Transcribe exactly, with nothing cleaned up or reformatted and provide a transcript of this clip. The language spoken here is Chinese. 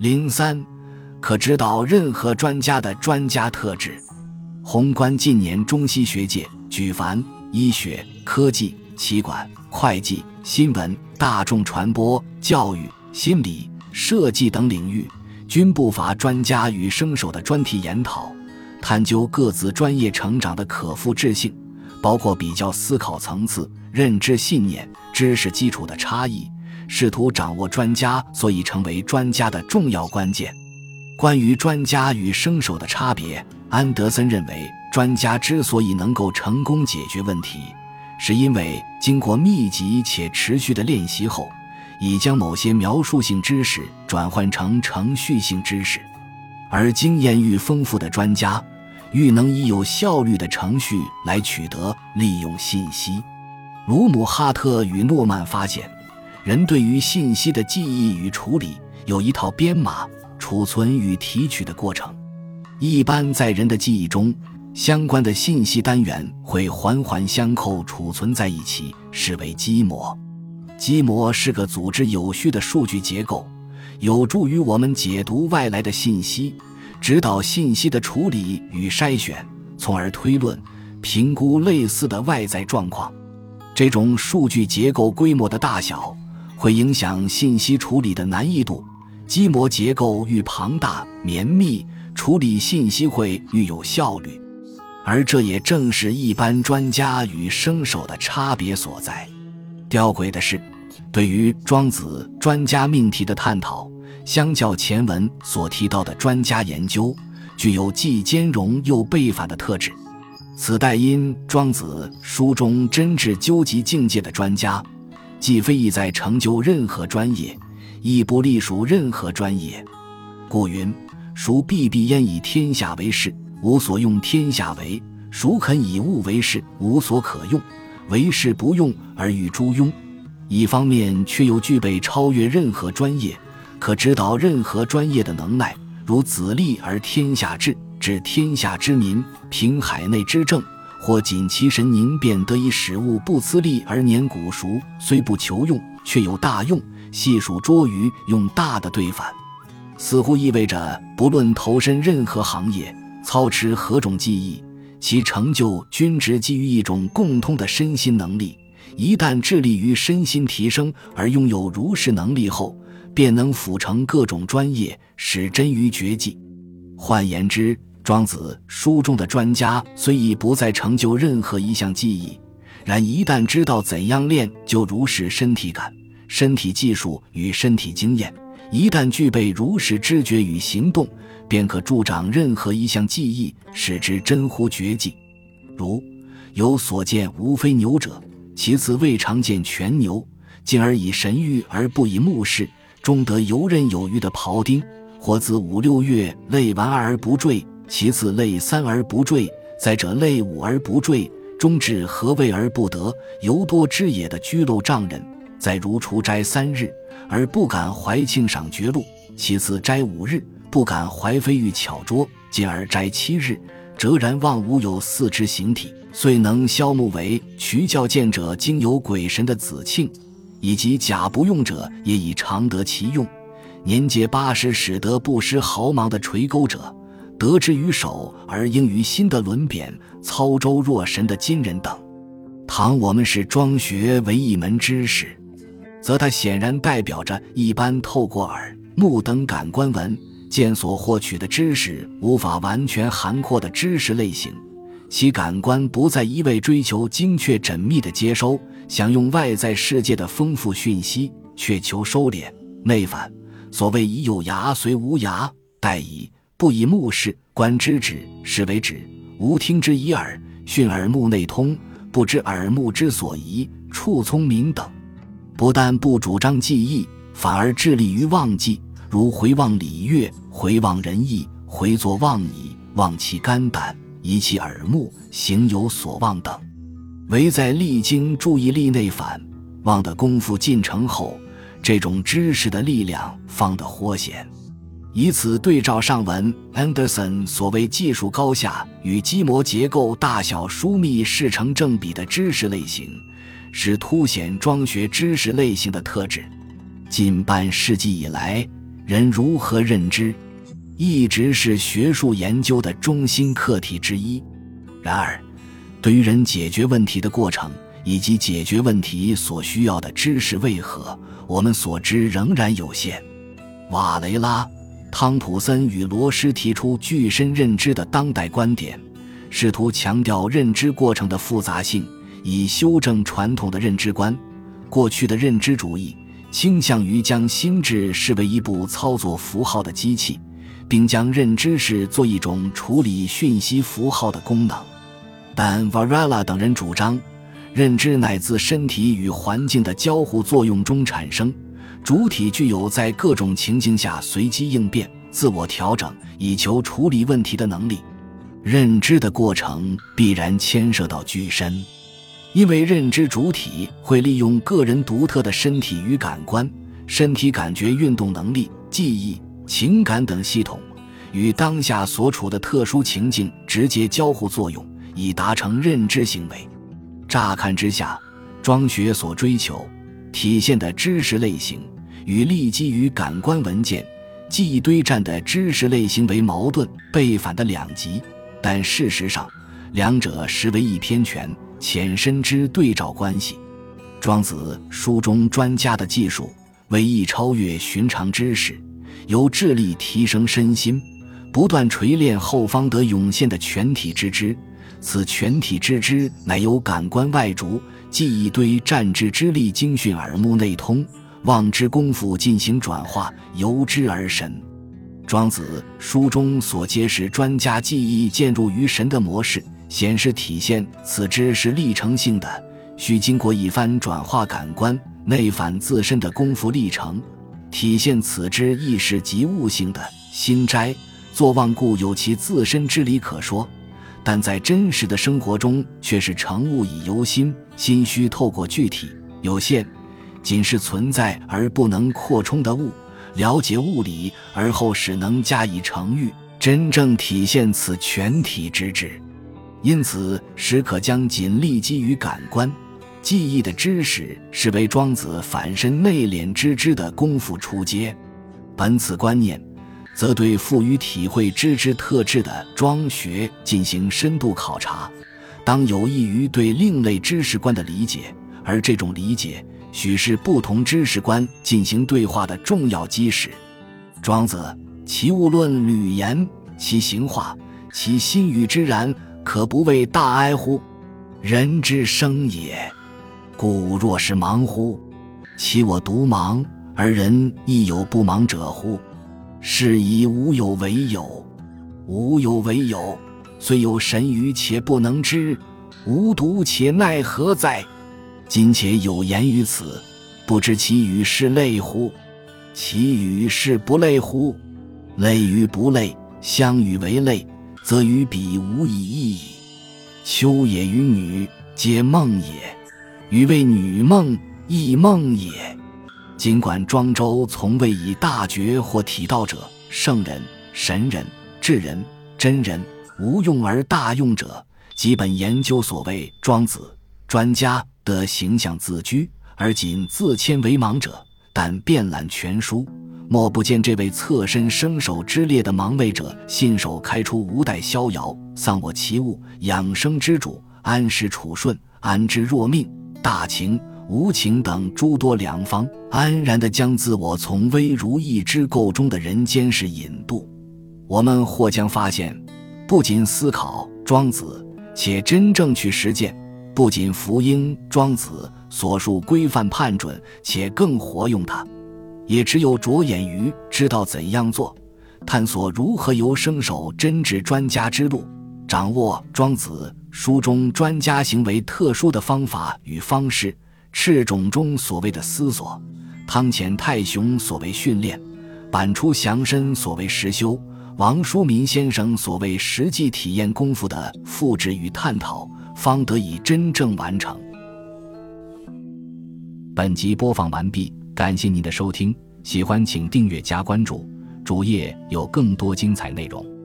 零三，可指导任何专家的专家特质。宏观近年中西学界，举凡医学、科技、企管、会计、新闻、大众传播、教育、心理、设计等领域，均不乏专家与生手的专题研讨，探究各自专业成长的可复制性，包括比较思考层次、认知信念、知识基础的差异，试图掌握专家所以成为专家的重要关键。关于专家与生手的差别，安德森认为，专家之所以能够成功解决问题，是因为经过密集且持续的练习后，已将某些描述性知识转换成程序性知识。而经验愈丰富的专家，愈能以有效率的程序来取得、利用信息。鲁姆哈特与诺曼发现，人对于信息的记忆与处理有一套编码、储存与提取的过程。一般在人的记忆中，相关的信息单元会环环相扣储存在一起，视为基模。基模是个组织有序的数据结构，有助于我们解读外来的信息，指导信息的处理与筛选，从而推论、评估类似的外在状况。这种数据结构规模的大小会影响信息处理的难易度，基模结构愈庞大绵密，处理信息会愈有效率。而这也正是一般专家与生手的差别所在。吊诡的是，对于庄子专家命题的探讨，相较前文所提到的专家研究，具有既兼容又背反的特质。此带因庄子书中真挚究极境界的专家，既非意在成就任何专业，亦不隶属任何专业。故云：孰必必焉以天下为事，无所用天下为；孰肯以物为事，无所可用，为事不用而欲诸庸。一方面却又具备超越任何专业，可指导任何专业的能耐，如子立而天下治，治天下之民，平海内之政，或谨其神凝便得以使物不自立而年古熟，虽不求用，却有大用，细数捉鱼，用大的对反。似乎意味着不论投身任何行业，操持何种技艺，其成就均直基于一种共通的身心能力。一旦致力于身心提升而拥有如是能力后，便能辅成各种专业，使真于绝技。换言之，庄子书中的专家虽已不再成就任何一项技艺，然一旦知道怎样练，就如是身体感、身体技术与身体经验，一旦具备如是知觉与行动，便可助长任何一项技艺，使之真乎绝技。如有所见无非牛者，其次未常见全牛，进而以神谕而不以目视，终得游刃有余的庖丁；或自五六月累完而不坠，其次累三而不坠，再者累五而不坠，终至何谓而不得，犹多之野的居陋丈人；再如除斋三日而不敢怀庆赏绝路，其次斋五日不敢怀飞欲巧拙，进而斋七日，哲然望无有四之形体，遂能消木为渠教见者经有鬼神的子庆，以及假不用者也已常得其用，年届八十使得不失毫芒的垂钩者，得之于手而应于心的轮扁，操舟若神的金人等。倘我们视庄学为一门知识，则它显然代表着一般透过耳、目等感官闻见所获取的知识无法完全涵括的知识类型，其感官不再一味追求精确缜密的接收，享用外在世界的丰富讯息，却求收敛内反。所谓以有涯随无涯，殆以不以目视观之止，是为止；无听之以耳，训耳目内通，不知耳目之所宜，处聪明等。不但不主张记忆，反而致力于忘记，如回望礼乐，回望仁义，回作忘矣，忘其肝胆，移其耳目，行有所忘等。唯在历经注意力内反忘的功夫进程后，这种知识的力量方得豁显。以此对照上文 Anderson 所谓技术高下与基模结构大小疏密是成正比的知识类型，是凸显庄学知识类型的特质。近半世纪以来， 人如何认知，一直是学术研究的中心课题之一。然而，对于人解决问题的过程以及解决问题所需要的知识为何，我们所知仍然有限。瓦雷拉、汤普森与罗斯提出具身认知的当代观点，试图强调认知过程的复杂性，以修正传统的认知观。过去的认知主义倾向于将心智视为一部操作符号的机器，并将认知视作一种处理讯息符号的功能。但 Varela 等人主张，认知乃自身体与环境的交互作用中产生，主体具有在各种情境下随机应变、自我调整以求处理问题的能力。认知的过程必然牵涉到具身，因为认知主体会利用个人独特的身体与感官、身体感觉运动能力、记忆、情感等系统，与当下所处的特殊情境直接交互作用，以达成认知行为。乍看之下，庄学所追求体现的知识类型与立基于感官文件、记忆堆栈的知识类型为矛盾背反的两极，但事实上两者实为一偏全浅深之对照关系。庄子书中专家的技术为亦超越寻常知识，由智力提升身心，不断锤炼后方得涌现的全体之知，此全体之知乃由感官外逐、记忆堆栈之之力精训耳目内通、望之功夫进行转化，由之而神。庄子书中所揭示专家记忆渐入于神的模式，显示体现此知是历程性的，需经过一番转化感官内反自身的功夫历程。体现此知亦是及物性的心斋作望故有其自身之理可说，但在真实的生活中却是成物以由心，心需透过具体有限仅是存在而不能扩充的物，了解物理而后使能加以成喻，真正体现此全体之知。因此时可将仅立基于感官记忆的知识视为庄子反身内敛之知的功夫初阶。本此观念则对赋予体会知之特质的庄学进行深度考察，当有益于对另类知识观的理解，而这种理解许是不同知识观进行对话的重要基石。庄子其物论履言，其行化，其心语之然，可不谓大哀乎？人之生也，故若是盲乎？其我独盲，而人亦有不盲者乎？是以无有为有，无有为有，虽有神于且不能知，无独且奈何哉？今且有言于此，不知其语是类乎？其语是不类乎？类与不类，相与为类，则与彼无以异矣。秋也与女，皆梦也，与为女梦，亦梦也。尽管庄周从未以大觉或体道者、圣人、神人、智人、真人、无用而大用者，基本研究所谓庄子专家的形象自居，而仅自谦为盲者，但遍览全书，莫不见这位侧身生手之列的盲位者信手开出无待逍遥、丧我其物、养生之主、安时处顺、安之若命、大情无情等诸多良方，安然地将自我从微如一之构中的人间世引渡。我们或将发现，不仅思考庄子，且真正去实践，不仅服膺庄子所述规范判准，且更活用它，也只有着眼于知道怎样做，探索如何由生手真治专家之路，掌握庄子书中专家行为特殊的方法与方式，赤种中所谓的思索，汤浅泰雄所谓训练，板出祥身所谓实修，王书民先生所谓实际体验功夫的复制与探讨，方得以真正完成。本集播放完毕，感谢您的收听，喜欢请订阅加关注，主页有更多精彩内容。